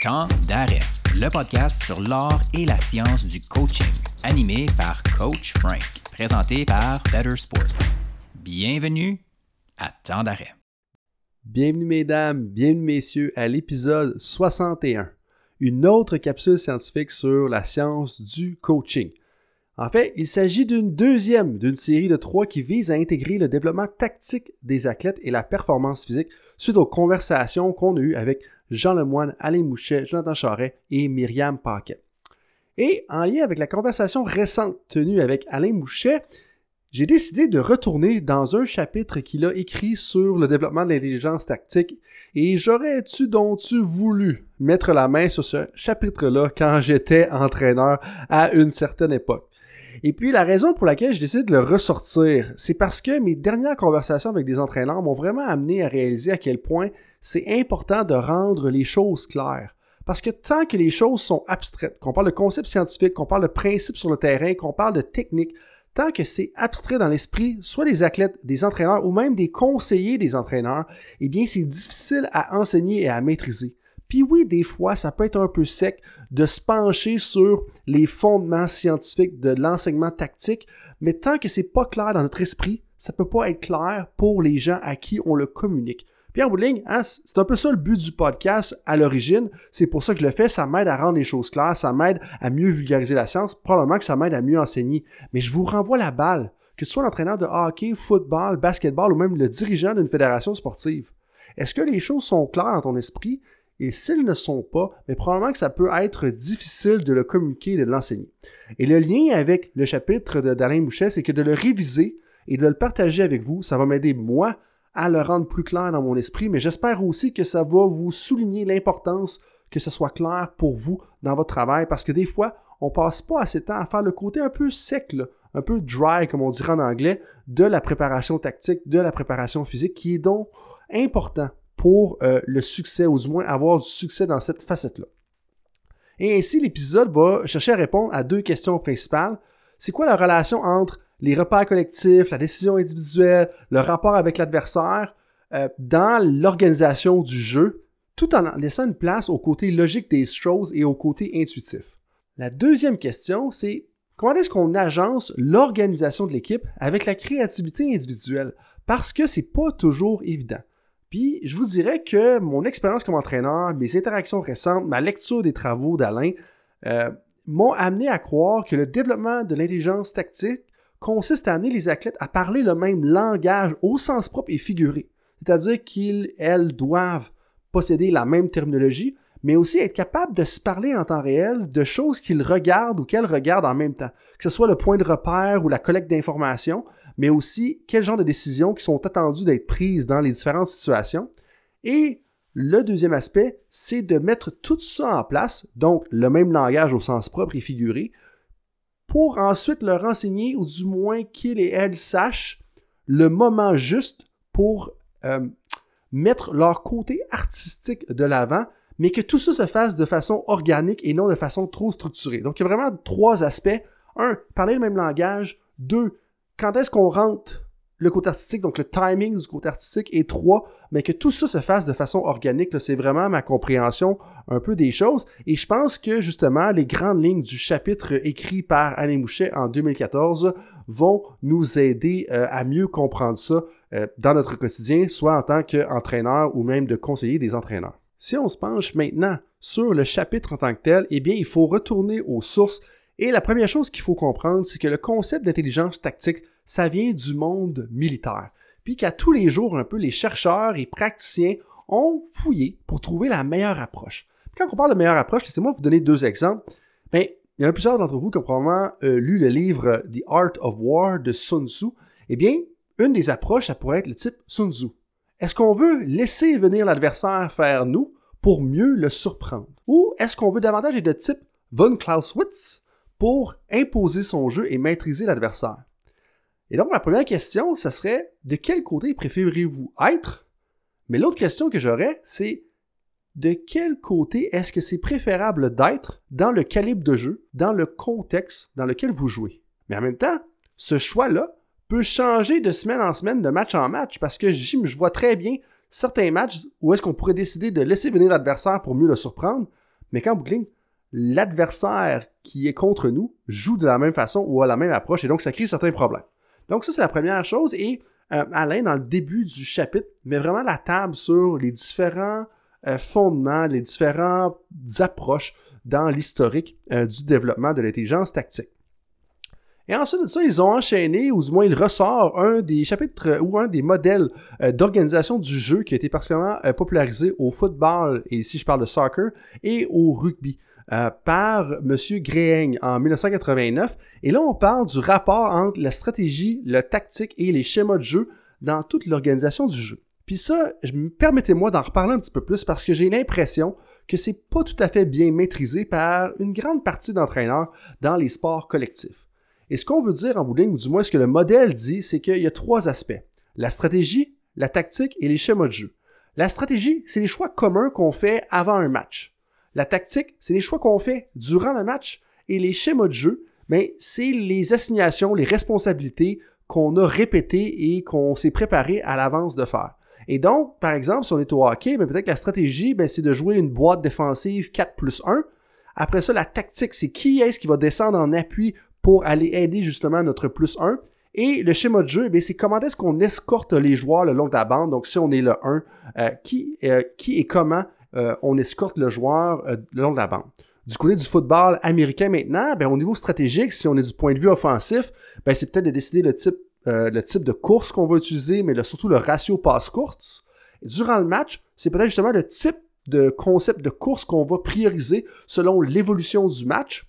Temps d'arrêt, le podcast sur l'art et la science du coaching, animé par Coach Frank, présenté par Better Sport. Bienvenue à Temps d'arrêt. Bienvenue mesdames, bienvenue messieurs à l'épisode 61, une autre capsule scientifique sur la science du coaching. En fait, il s'agit d'une série de 3 qui vise à intégrer le développement tactique des athlètes et la performance physique suite aux conversations qu'on a eues avec Jean Lemoine, Alain Mouchet, Jonathan Charest et Myriam Paquet. Et en lien avec la conversation récente tenue avec Alain Mouchet, j'ai décidé de retourner dans un chapitre qu'il a écrit sur le développement de l'intelligence tactique et j'aurais-tu voulu mettre la main sur ce chapitre-là quand j'étais entraîneur à une certaine époque. Et puis la raison pour laquelle je décide de le ressortir, c'est parce que mes dernières conversations avec des entraîneurs m'ont vraiment amené à réaliser à quel point c'est important de rendre les choses claires. Parce que tant que les choses sont abstraites, qu'on parle de concepts scientifiques, qu'on parle de principes sur le terrain, qu'on parle de techniques, tant que c'est abstrait dans l'esprit, soit des athlètes, des entraîneurs ou même des conseillers des entraîneurs, eh bien c'est difficile à enseigner et à maîtriser. Puis oui, des fois, ça peut être un peu sec de se pencher sur les fondements scientifiques de l'enseignement tactique, mais tant que c'est pas clair dans notre esprit, ça peut pas être clair pour les gens à qui on le communique. Puis en bout de ligne, c'est un peu ça le but du podcast à l'origine. C'est pour ça que je le fais. Ça m'aide à rendre les choses claires. Ça m'aide à mieux vulgariser la science. Probablement que ça m'aide à mieux enseigner. Mais je vous renvoie la balle. Que tu sois l'entraîneur de hockey, football, basketball ou même le dirigeant d'une fédération sportive. Est-ce que les choses sont claires dans ton esprit? Et s'ils ne sont pas, mais probablement que ça peut être difficile de le communiquer et de l'enseigner. Et le lien avec le chapitre d'Alain Mouchet, c'est que de le réviser et de le partager avec vous, ça va m'aider, moi, à le rendre plus clair dans mon esprit, mais j'espère aussi que ça va vous souligner l'importance que ce soit clair pour vous dans votre travail, parce que des fois, on passe pas assez de temps à faire le côté un peu sec, là, un peu dry, comme on dirait en anglais, de la préparation tactique, de la préparation physique, qui est donc important pour le succès, ou du moins avoir du succès dans cette facette-là. Et ainsi, l'épisode va chercher à répondre à 2 questions principales. C'est quoi la relation entre les repères collectifs, la décision individuelle, le rapport avec l'adversaire dans l'organisation du jeu, tout en laissant une place au côté logique des choses et au côté intuitif. La deuxième question, c'est comment est-ce qu'on agence l'organisation de l'équipe avec la créativité individuelle? Parce que c'est pas toujours évident. Puis, je vous dirais que mon expérience comme entraîneur, mes interactions récentes, ma lecture des travaux d'Alain m'ont amené à croire que le développement de l'intelligence tactique consiste à amener les athlètes à parler le même langage au sens propre et figuré. C'est-à-dire elles doivent posséder la même terminologie, mais aussi être capables de se parler en temps réel de choses qu'ils regardent ou qu'elles regardent en même temps. Que ce soit le point de repère ou la collecte d'informations, mais aussi quel genre de décisions qui sont attendues d'être prises dans les différentes situations. Et le deuxième aspect, c'est de mettre tout ça en place, donc le même langage au sens propre et figuré, pour ensuite leur enseigner, ou du moins qu'ils et elles sachent le moment juste pour mettre leur côté artistique de l'avant, mais que tout ça se fasse de façon organique et non de façon trop structurée. Donc, il y a vraiment 3 aspects. 1, parler le même langage. 2, quand est-ce qu'on rentre le côté artistique, donc le timing du côté artistique. Et 3, mais que tout ça se fasse de façon organique. Là, c'est vraiment ma compréhension un peu des choses. Et je pense que, justement, les grandes lignes du chapitre écrit par Alain Mouchet en 2014 vont nous aider à mieux comprendre ça dans notre quotidien, soit en tant qu'entraîneur ou même de conseiller des entraîneurs. Si on se penche maintenant sur le chapitre en tant que tel, eh bien, il faut retourner aux sources. Et la première chose qu'il faut comprendre, c'est que le concept d'intelligence tactique, ça vient du monde militaire. Puis qu'à tous les jours, un peu, les chercheurs et praticiens ont fouillé pour trouver la meilleure approche. Puis quand on parle de meilleure approche, laissez-moi vous donner 2 exemples. Bien, il y en a plusieurs d'entre vous qui ont probablement lu le livre The Art of War de Sun Tzu. Eh bien, une des approches, ça pourrait être le type Sun Tzu. Est-ce qu'on veut laisser venir l'adversaire faire nous pour mieux le surprendre? Ou est-ce qu'on veut davantage être de type von Clausewitz pour imposer son jeu et maîtriser l'adversaire? Et donc, ma première question, ça serait de quel côté préférez-vous être? Mais l'autre question que j'aurais, c'est de quel côté est-ce que c'est préférable d'être dans le calibre de jeu, dans le contexte dans lequel vous jouez? Mais en même temps, ce choix-là peut changer de semaine en semaine, de match en match, parce que je vois très bien certains matchs où est-ce qu'on pourrait décider de laisser venir l'adversaire pour mieux le surprendre, mais qu'en bout de ligne, l'adversaire qui est contre nous joue de la même façon ou a la même approche et donc ça crée certains problèmes. Donc ça, c'est la première chose et Alain, dans le début du chapitre, met vraiment la table sur les différents fondements, les différentes approches dans l'historique du développement de l'intelligence tactique. Et ensuite de ça, ils ont enchaîné, ou du moins il ressort un des chapitres ou un des modèles d'organisation du jeu qui a été particulièrement popularisé au football, et ici je parle de soccer, et au rugby, par M. Greyeng en 1989. Et là, on parle du rapport entre la stratégie, la tactique et les schémas de jeu dans toute l'organisation du jeu. Puis ça, permettez-moi d'en reparler un petit peu plus parce que j'ai l'impression que c'est pas tout à fait bien maîtrisé par une grande partie d'entraîneurs dans les sports collectifs. Et ce qu'on veut dire en bout de ligne, ou du moins ce que le modèle dit, c'est qu'il y a 3 aspects. La stratégie, la tactique et les schémas de jeu. La stratégie, c'est les choix communs qu'on fait avant un match. La tactique, c'est les choix qu'on fait durant le match. Et les schémas de jeu, c'est les assignations, les responsabilités qu'on a répétées et qu'on s'est préparé à l'avance de faire. Et donc, par exemple, si on est au hockey, peut-être que la stratégie, c'est de jouer une boîte défensive 4+1. Après ça, la tactique, c'est qui est-ce qui va descendre en appui pour aller aider justement notre +1. Et le schéma de jeu, c'est comment est-ce qu'on escorte les joueurs le long de la bande. Donc, si on est le 1, qui et comment on escorte le joueur le long de la bande. Du côté du football américain maintenant, au niveau stratégique, si on est du point de vue offensif, c'est peut-être de décider le type de course qu'on va utiliser, mais surtout le ratio passe-course. Durant le match, c'est peut-être justement le type de concept de course qu'on va prioriser selon l'évolution du match.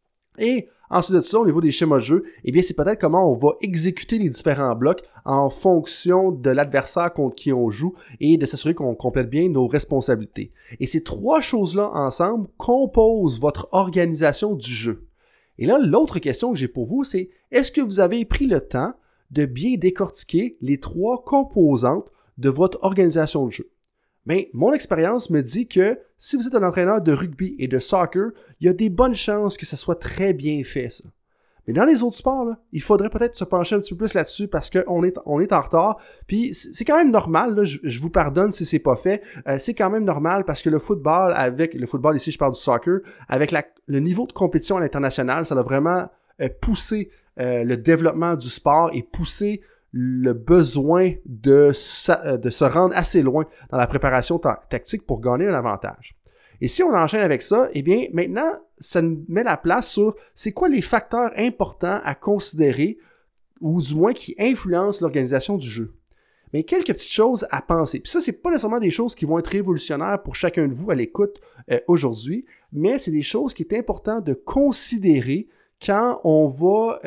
Et ensuite de ça, au niveau des schémas de jeu, c'est peut-être comment on va exécuter les différents blocs en fonction de l'adversaire contre qui on joue et de s'assurer qu'on complète bien nos responsabilités. Et ces 3 choses-là ensemble composent votre organisation du jeu. Et là, l'autre question que j'ai pour vous, c'est est-ce que vous avez pris le temps de bien décortiquer les 3 composantes de votre organisation de jeu? Mon expérience me dit que si vous êtes un entraîneur de rugby et de soccer, il y a des bonnes chances que ça soit très bien fait, ça. Mais dans les autres sports, là, il faudrait peut-être se pencher un petit peu plus là-dessus parce qu'on est en retard. Puis c'est quand même normal, là, je vous pardonne si c'est pas fait. C'est quand même normal parce que le football, ici je parle du soccer, avec le niveau de compétition à l'international, ça a vraiment poussé le développement du sport et poussé le besoin de se rendre assez loin dans la préparation tactique pour gagner un avantage. Et si on enchaîne avec ça, maintenant, ça nous met la place sur c'est quoi les facteurs importants à considérer ou du moins qui influencent l'organisation du jeu. Mais quelques petites choses à penser. Puis ça, c'est pas nécessairement des choses qui vont être révolutionnaires pour chacun de vous à l'écoute aujourd'hui, mais c'est des choses qui est important de considérer quand on va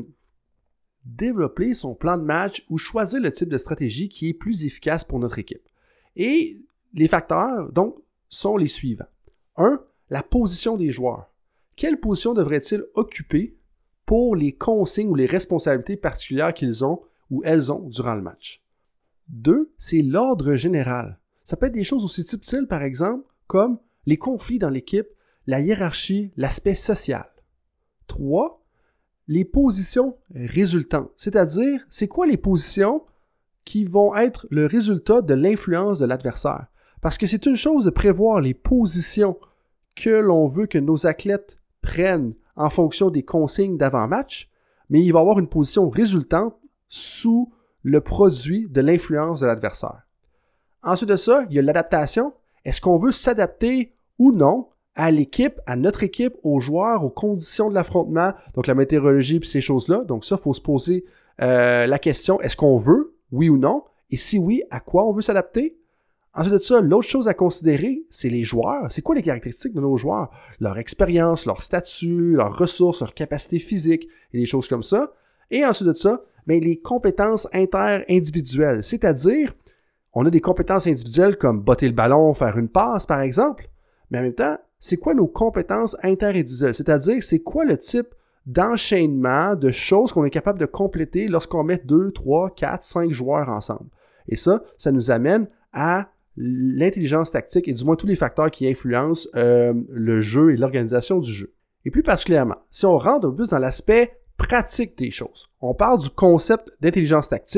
développer son plan de match ou choisir le type de stratégie qui est plus efficace pour notre équipe. Et les facteurs, donc, sont les suivants. 1. La position des joueurs. Quelle position devraient-ils occuper pour les consignes ou les responsabilités particulières qu'ils ont ou elles ont durant le match? 2. C'est l'ordre général. Ça peut être des choses aussi subtiles, par exemple, comme les conflits dans l'équipe, la hiérarchie, l'aspect social. 3. Les positions résultantes, c'est-à-dire, c'est quoi les positions qui vont être le résultat de l'influence de l'adversaire? Parce que c'est une chose de prévoir les positions que l'on veut que nos athlètes prennent en fonction des consignes d'avant-match, mais il va y avoir une position résultante sous le produit de l'influence de l'adversaire. Ensuite de ça, il y a l'adaptation. Est-ce qu'on veut s'adapter ou non à l'équipe, à notre équipe, aux joueurs, aux conditions de l'affrontement, donc la météorologie et ces choses-là. Donc ça, il faut se poser la question, est-ce qu'on veut, oui ou non? Et si oui, à quoi on veut s'adapter? Ensuite de ça, l'autre chose à considérer, c'est les joueurs. C'est quoi les caractéristiques de nos joueurs? Leur expérience, leur statut, leurs ressources, leurs capacités physiques et des choses comme ça. Et ensuite de ça, les compétences inter-individuelles, c'est-à-dire, on a des compétences individuelles comme botter le ballon, faire une passe par exemple, mais en même temps, c'est quoi nos compétences inter-individuelles? C'est-à-dire, c'est quoi le type d'enchaînement, de choses qu'on est capable de compléter lorsqu'on met 2, 3, 4, 5 joueurs ensemble. Et ça nous amène à l'intelligence tactique et du moins tous les facteurs qui influencent le jeu et l'organisation du jeu. Et plus particulièrement, si on rentre un peu plus dans l'aspect pratique des choses, on parle du concept d'intelligence tactique,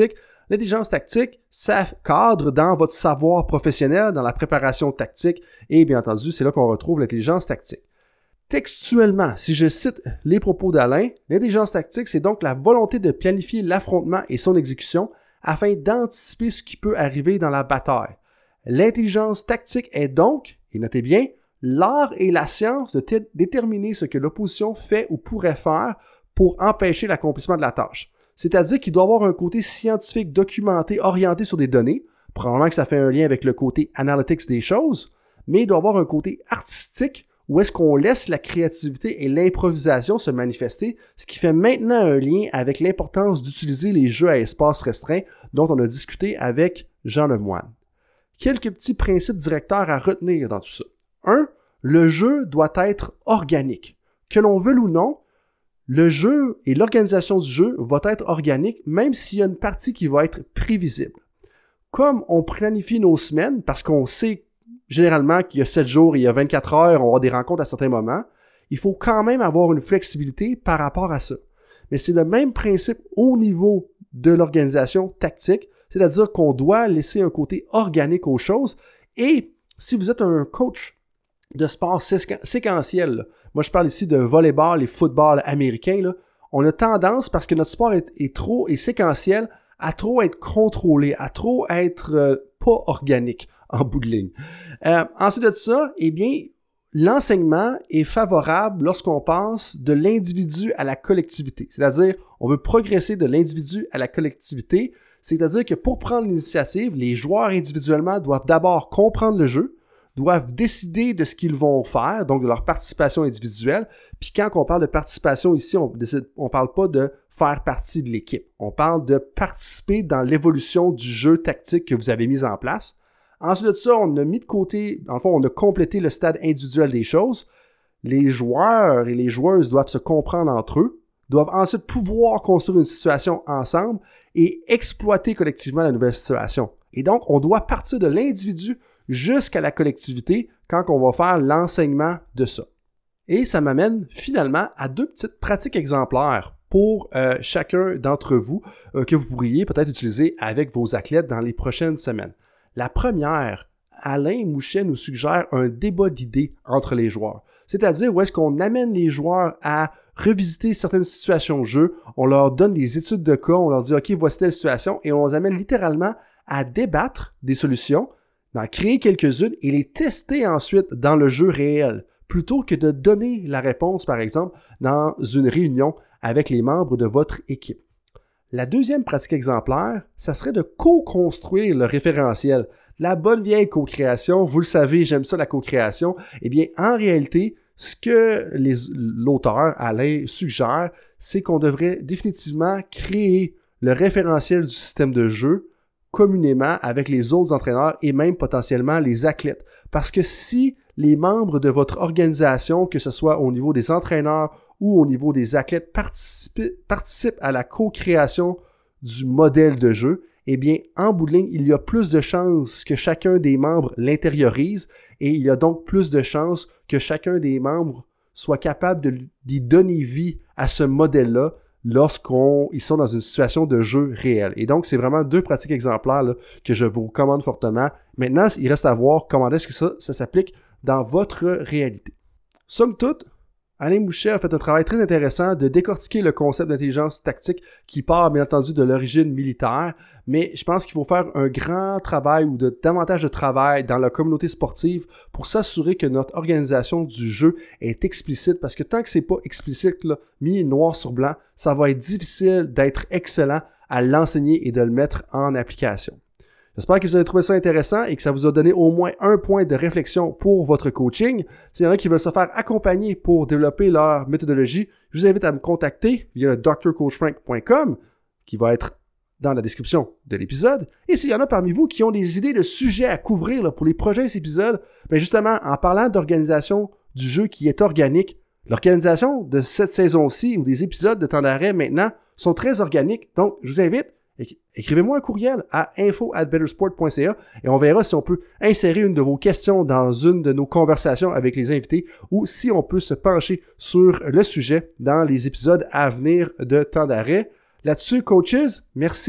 L'intelligence tactique, ça cadre dans votre savoir professionnel, dans la préparation tactique, et bien entendu, c'est là qu'on retrouve l'intelligence tactique. Textuellement, si je cite les propos d'Alain, l'intelligence tactique, c'est donc la volonté de planifier l'affrontement et son exécution afin d'anticiper ce qui peut arriver dans la bataille. L'intelligence tactique est donc, et notez bien, l'art et la science de déterminer ce que l'opposition fait ou pourrait faire pour empêcher l'accomplissement de la tâche. C'est-à-dire qu'il doit avoir un côté scientifique documenté, orienté sur des données. Probablement que ça fait un lien avec le côté analytics des choses, mais il doit avoir un côté artistique où est-ce qu'on laisse la créativité et l'improvisation se manifester, ce qui fait maintenant un lien avec l'importance d'utiliser les jeux à espace restreint dont on a discuté avec Jean Lemoine. Quelques petits principes directeurs à retenir dans tout ça. 1. Le jeu doit être organique. Que l'on veuille ou non, le jeu et l'organisation du jeu va être organique, même s'il y a une partie qui va être prévisible. Comme on planifie nos semaines, parce qu'on sait généralement qu'il y a 7 jours et il y a 24 heures, on va avoir des rencontres à certains moments, il faut quand même avoir une flexibilité par rapport à ça. Mais c'est le même principe au niveau de l'organisation tactique, c'est-à-dire qu'on doit laisser un côté organique aux choses. Et si vous êtes un coach de sport séquentiel, là, moi je parle ici de volleyball et football américain, là, on a tendance, parce que notre sport est trop séquentiel, à trop être contrôlé, à trop être pas organique en bout de ligne. Ensuite de ça, eh bien, l'enseignement est favorable lorsqu'on passe de l'individu à la collectivité. C'est-à-dire, on veut progresser de l'individu à la collectivité. C'est-à-dire que pour prendre l'initiative, les joueurs individuellement doivent d'abord comprendre le jeu, doivent décider de ce qu'ils vont faire, donc de leur participation individuelle. Puis quand on parle de participation ici, on ne parle pas de faire partie de l'équipe. On parle de participer dans l'évolution du jeu tactique que vous avez mis en place. Ensuite de ça, on a mis de côté, en fait, on a complété le stade individuel des choses. Les joueurs et les joueuses doivent se comprendre entre eux, doivent ensuite pouvoir construire une situation ensemble et exploiter collectivement la nouvelle situation. Et donc, on doit partir de l'individu jusqu'à la collectivité quand on va faire l'enseignement de ça. Et ça m'amène finalement à 2 petites pratiques exemplaires pour chacun d'entre vous que vous pourriez peut-être utiliser avec vos athlètes dans les prochaines semaines. La première, Alain Mouchet nous suggère un débat d'idées entre les joueurs. C'est-à-dire où est-ce qu'on amène les joueurs à revisiter certaines situations de jeu, on leur donne des études de cas, on leur dit « OK, voici telle situation » et on les amène littéralement à débattre des solutions, d'en créer quelques-unes et les tester ensuite dans le jeu réel, plutôt que de donner la réponse, par exemple, dans une réunion avec les membres de votre équipe. La deuxième pratique exemplaire, ça serait de co-construire le référentiel. La bonne vieille co-création, vous le savez, j'aime ça la co-création. Eh bien, en réalité, ce que l'auteur, Alain, suggère, c'est qu'on devrait définitivement créer le référentiel du système de jeu communément avec les autres entraîneurs et même potentiellement les athlètes. Parce que si les membres de votre organisation, que ce soit au niveau des entraîneurs ou au niveau des athlètes, participent à la co-création du modèle de jeu, eh bien, en bout de ligne, il y a plus de chances que chacun des membres l'intériorise et il y a donc plus de chances que chacun des membres soit capable d'y donner vie à ce modèle-là lorsqu'ils sont dans une situation de jeu réel. Et donc, c'est vraiment 2 pratiques exemplaires là, que je vous recommande fortement. Maintenant, il reste à voir comment est-ce que ça s'applique dans votre réalité. Somme toute, Alain Mouchet a fait un travail très intéressant de décortiquer le concept d'intelligence tactique qui part bien entendu de l'origine militaire, mais je pense qu'il faut faire un grand travail ou davantage de travail dans la communauté sportive pour s'assurer que notre organisation du jeu est explicite, parce que tant que c'est pas explicite, là, mis noir sur blanc, ça va être difficile d'être excellent à l'enseigner et de le mettre en application. J'espère que vous avez trouvé ça intéressant et que ça vous a donné au moins un point de réflexion pour votre coaching. S'il y en a qui veulent se faire accompagner pour développer leur méthodologie, je vous invite à me contacter via le drcoachfrank.com qui va être dans la description de l'épisode. Et s'il y en a parmi vous qui ont des idées de sujets à couvrir là, pour les prochains épisodes, bien justement, en parlant d'organisation du jeu qui est organique, l'organisation de cette saison-ci ou des épisodes de temps d'arrêt maintenant sont très organiques. Donc, je vous invite, écrivez-moi un courriel à info@bettersport.ca et on verra si on peut insérer une de vos questions dans une de nos conversations avec les invités ou si on peut se pencher sur le sujet dans les épisodes à venir de temps d'arrêt. Là-dessus, coaches, merci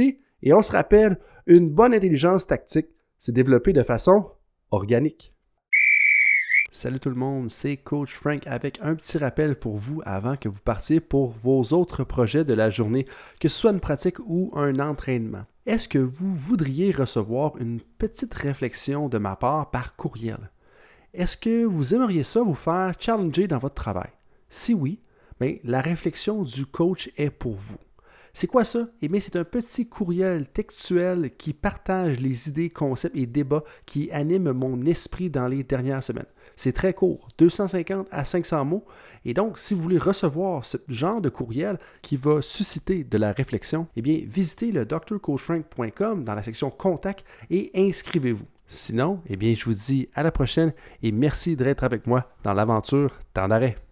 Et on se rappelle, une bonne intelligence tactique, c'est développée de façon organique. Salut tout le monde, c'est Coach Frank avec un petit rappel pour vous avant que vous partiez pour vos autres projets de la journée, que ce soit une pratique ou un entraînement. Est-ce que vous voudriez recevoir une petite réflexion de ma part par courriel? Est-ce que vous aimeriez ça vous faire challenger dans votre travail? Si oui, bien, la réflexion du coach est pour vous. C'est quoi ça? Eh bien, c'est un petit courriel textuel qui partage les idées, concepts et débats qui animent mon esprit dans les dernières semaines. C'est très court, 250 à 500 mots. Et donc, si vous voulez recevoir ce genre de courriel qui va susciter de la réflexion, eh bien, visitez le drcoachfrank.com dans la section Contact et inscrivez-vous. Sinon, eh bien, je vous dis à la prochaine et merci d'être avec moi dans l'aventure Temps d'arrêt.